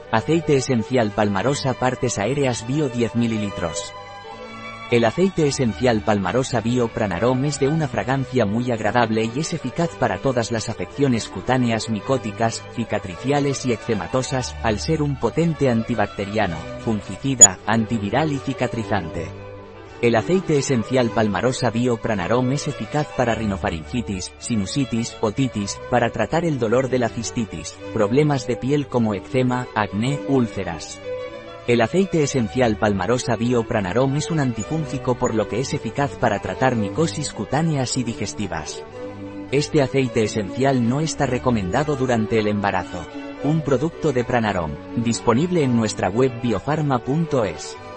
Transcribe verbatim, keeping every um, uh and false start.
Aceite esencial Palmarosa partes aéreas bio diez mililitros. El aceite esencial Palmarosa Bio Pranarom es de una fragancia muy agradable y es eficaz para todas las afecciones cutáneas micóticas, cicatriciales y eczematosas, al ser un potente antibacteriano, fungicida, antiviral y cicatrizante. El aceite esencial Palmarosa Bio Pranarom es eficaz para rinofaringitis, sinusitis, otitis, para tratar el dolor de la cistitis, problemas de piel como eczema, acné, úlceras. El aceite esencial Palmarosa Bio Pranarom es un antifúngico por lo que es eficaz para tratar micosis cutáneas y digestivas. Este aceite esencial no está recomendado durante el embarazo. Un producto de Pranarom, disponible en nuestra web biofarma punto es.